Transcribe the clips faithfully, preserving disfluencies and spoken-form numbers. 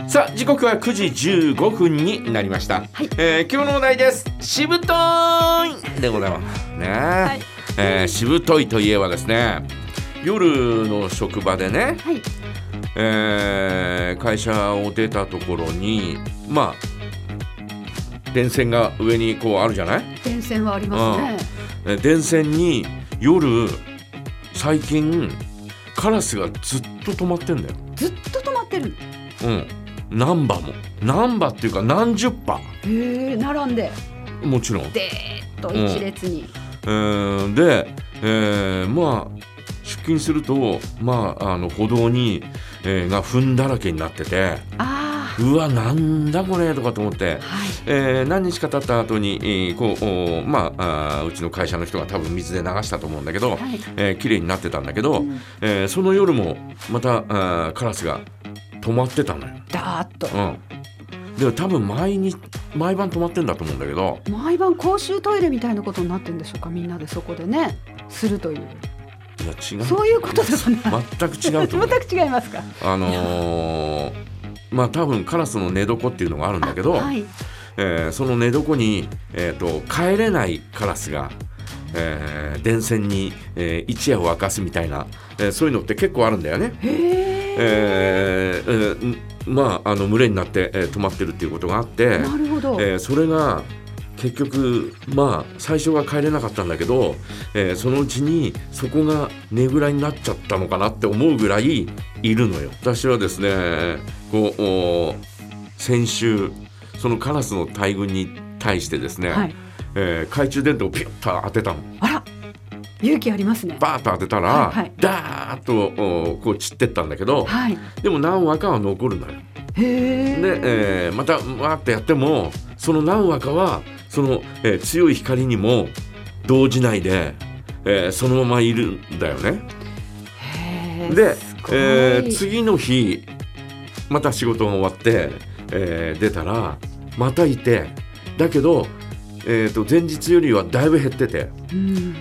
さあ時刻はくじじゅうごふんになりました、はい。えー、今日のお題です。しぶといでございますね、はい。えー、しぶといといえばですね、夜の職場でね、はい。えー、会社を出たところにまあ電線が上にこうあるじゃない。 電線はありますね、 うん、電線に夜最近カラスがずっと止まってんだよ。 ずっと止まってる。 うん、何羽も何羽っていうか何十羽。 へえ、並んでもちろんでーっと一列に、 うん、えー、で、えー、まあ出勤すると、まあ、あの歩道に、えー、が糞だらけになってて、あうわなんだこれとかと思って、はい。えー、何日か経った後に、えー、こうまあ、あうちの会社の人が多分水で流したと思うんだけど、はい。えー、綺麗になってたんだけど、うん。えー、その夜もまたあカラスが止まってたのよ。 だーっと、 うん、で多分毎日毎晩止まってんだと思うんだけど、 毎晩公衆トイレみたいなことになってるんでしょうか。みんなでそこでねするという。 いや違う、 そういうことではない。 全く違うと思う。 全く違いますか。 あのー、まあ多分カラスの寝床っていうのがあるんだけど、はい。えー、その寝床に、えーと、帰れないカラスが、えー、電線に、えー、一夜を明かすみたいな、えー、そういうのって結構あるんだよね。へー、えーえー、まああの群れになって、えー、止まってるっていうことがあって、 なるほど、 えー、それが結局まあ最初は帰れなかったんだけど、えー、そのうちにそこがねぐらになっちゃったのかなって思うぐらいいるのよ。私はですね、こう先週そのカラスの大群に対してですね、はい。えー、懐中電灯をピュッと当てたの。 あら、勇気ありますね。 バーッと当てたら、はいはい、ダーッとこう散ってったんだけど、はい。でも何羽かは残るのよ。へー。で、えー、またわーっとやってもその何羽かはその、えー、強い光にも動じないで、えー、そのままいるんだよね。へー。で、えー、次の日また仕事が終わって、えー、出たらまたいて、だけどえー、と前日よりはだいぶ減ってて、うん、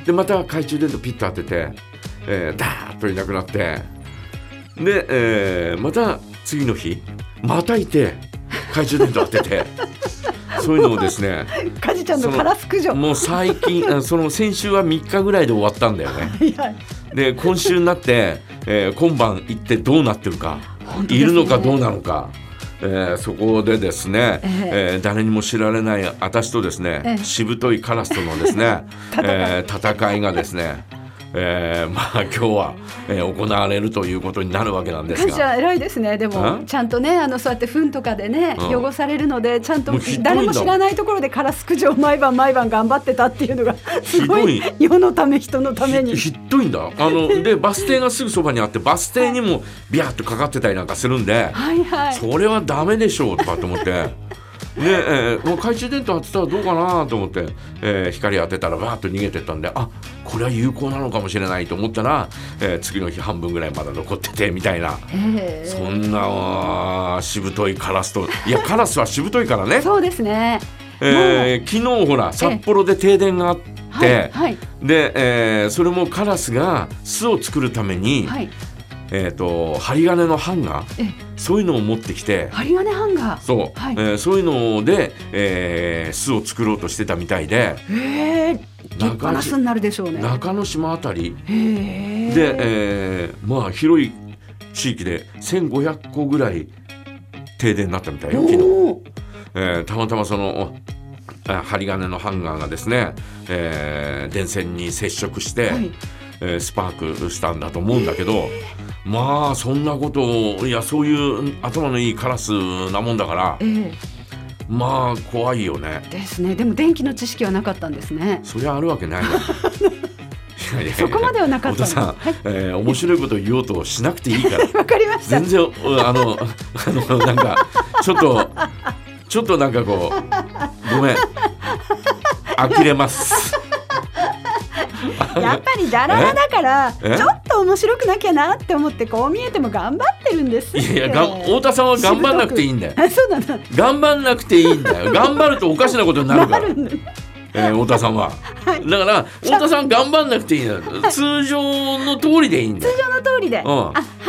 でまた懐中電灯ピッと当てて、えー、ダーッといなくなって、で、えー、また次の日またいて懐中電灯当ててそういうのをですね、 カジちゃんのカラス駆除もう最近その先週はみっかぐらいで終わったんだよね。いやで今週になって、えー、今晩行ってどうなってるか、ね、いるのかどうなのか、えー、そこでですね、えーえー、誰にも知られない私とですね、えー、しぶといカラスとのですね戦い、えー、戦いがですね、えー、まあ今日は、えー、行われるということになるわけなんですが、 感謝偉いですね。でもちゃんとね、あのそうやって糞とかでね、うん、汚されるのでちゃんと誰も知らないところでカラス駆除を毎晩毎晩頑張ってたっていうのがすごい、世のため人のためにひ, ひどいんだ。あのでバス停がすぐそばにあってバス停にもビャーっとかかってたりなんかするんで、はいはい、それはダメでしょうとかと思ってで、えー、もう懐中電灯当てたらどうかなと思って、えー、光当てたらバーッと逃げてったんで、あこれは有効なのかもしれないと思ったら、えー、次の日半分ぐらいまだ残っててみたいな、そんなしぶといカラスと、いやカラスはしぶといからねそうですね、 えー、昨日ほら札幌で停電があって、はいはい、で、えー、それもカラスが巣を作るために、はい、えー、と針金のハンガー、そういうのを持ってきて、 針金ハンガー、 そう、はい、えー、そういうので、えー、巣を作ろうとしてたみたいで、 へー、立派な巣になるでしょうね。 中之島あたりへで、えー、まあ広い地域でせんごひゃっこぐらい停電になったみたいよ昨日、えー、たまたまその針金のハンガーがですね、えー、電線に接触して、はい、えー、スパークしたんだと思うんだけど、まあそんなことを、いやそういう頭のいいカラスなもんだから、えー、まあ怖いよね。 ですね。でも電気の知識はなかったんですね。 そりゃあるわけないよいやいやいや、 そこまではなかったの。 太田さん、はい、えー、面白いこと言おうとしなくていいからわかりました。 全然あのあのなんかちょっとちょっとなんかこうごめん呆れますやっぱりダララだからちょっと面白くなきゃなって思って、こう見えても頑張ってるんですって。 いやいやが太田さんは頑張んなくていいんだよそうなの、 頑張んなくていいんだよ。頑張るとおかしなことになるから、えー、太田さんは、はい、だから太田さん頑張んなくていいんだよ、はい、通常の通りでいいんだよ。 通常の通りで、うん、あ、はい、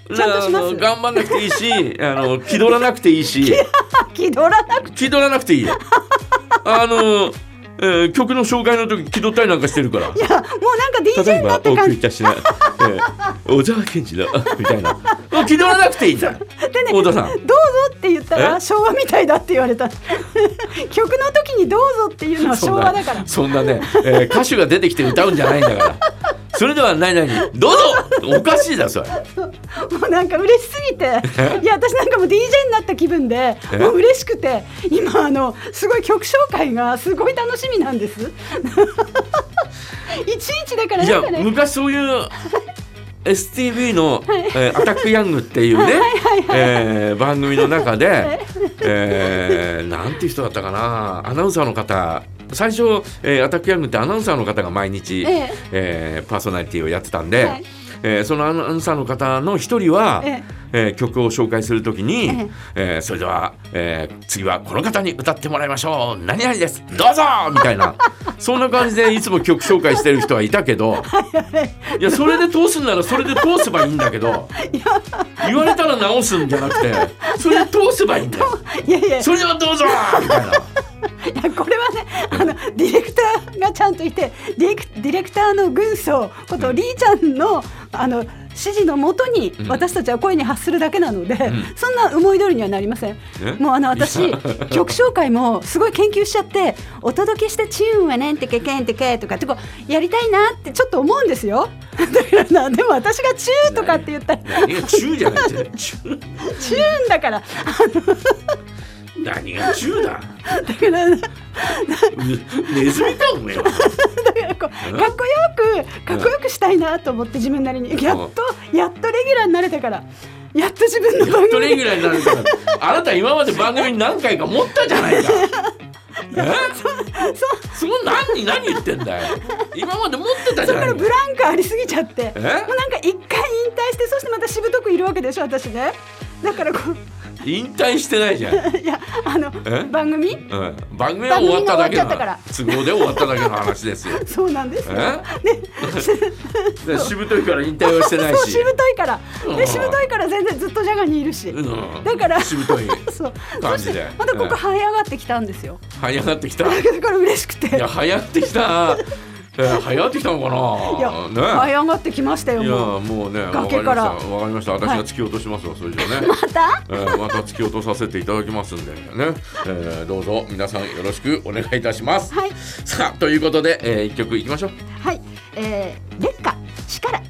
ちゃんとします。 頑張んなくていいし、あの気取らなくていいし気取らなくて気取らなくていいよ。あのえー、曲の紹介の時気取ったりなんかしてるから。 いやもうなんか ディージェー になって感じ。 例えばお送りいたしな、えー、小沢健二だみたいな。気取らなくていいんだ。でね、 太田さんどうぞって言ったら昭和みたいだって言われた。曲の時にどうぞっていうのは昭和だから。 そんな、そんなね、えー、歌手が出てきて歌うんじゃないんだから。それでは何々どうぞおかしいだそれ。 もうなんか嬉しすぎて、いや私なんかもう ディージェー になった気分でもう嬉しくて、今あのすごい曲紹介がすごい楽しみなんです。いちいちだからなんか、ね、 いや昔そういうエスティーブイ の、はいえー、アタックヤングっていうね、えー、番組の中で、えー、なんていう人だったかな、アナウンサーの方最初、えー、アタックヤングってアナウンサーの方が毎日、えええー、パーソナリティをやってたんで、はいえー、そのアナウンサーの方の一人は、えええー、曲を紹介するときに、えええー、それでは、えー、次はこの方に歌ってもらいましょう、何々ですどうぞみたいなそんな感じでいつも曲紹介してる人はいたけどいやそれで通すんならそれで通せばいいんだけど言われたら直すんじゃなくてそれで通せばいいんだよ。いやいやそれではどうぞみたいな。 いやこれはねあのディレクターがちゃんといてディレク、ディレクターの軍曹ことリーちゃんの、あの指示のもとに私たちは声に発するだけなので、うん、そんな思い通りにはなりません。もうあの私曲紹介もすごい研究しちゃってお届けしたチューンはねんてけけんてけとかってこうやりたいなってちょっと思うんですよ。だからなでも私がチューとかって言ったら何がチューじゃないチューチューンだからあの何がチューだだからネズミかおめえはだからこうかっこよくかっこよくしたいなと思って自分なりにやっとやっとレギュラーになれたからやっと自分の番組やっとレギュラーになれたからあなた今まで番組に何回か持ったじゃないかえそそそ何何言ってんだよ今まで持ってたじゃないか。 そこからブランクありすぎちゃってもうなんか一回引退してそしてまたしぶとくいるわけでしょ私ね。だからこう引退してないじゃん。 いやあの番組、うん、 番組は終わっただけの都合で終わっただけの話ですよ。 そうなんですよ。 でしぶといから引退はしてないし。 そうしぶといからでしぶといから全然ずっとジャガにいるし、うん、だからしぶとい感じでまたここ這い上がってきたんですよ。 這い上がってきた。 だから嬉しくて。いや這い上がってきた。えー、這い上がってきたのかな。 いや、ね、這い上がってきましたよ。 いやもうね崖からわかりました。私が突き落としますよ、はい、それじゃねまた、 えー、また突き落とさせていただきますんでね、えー、どうぞ皆さんよろしくお願いいたします。はい、さあということで、えー、いっきょくいきましょう。 はい、えー、烈火力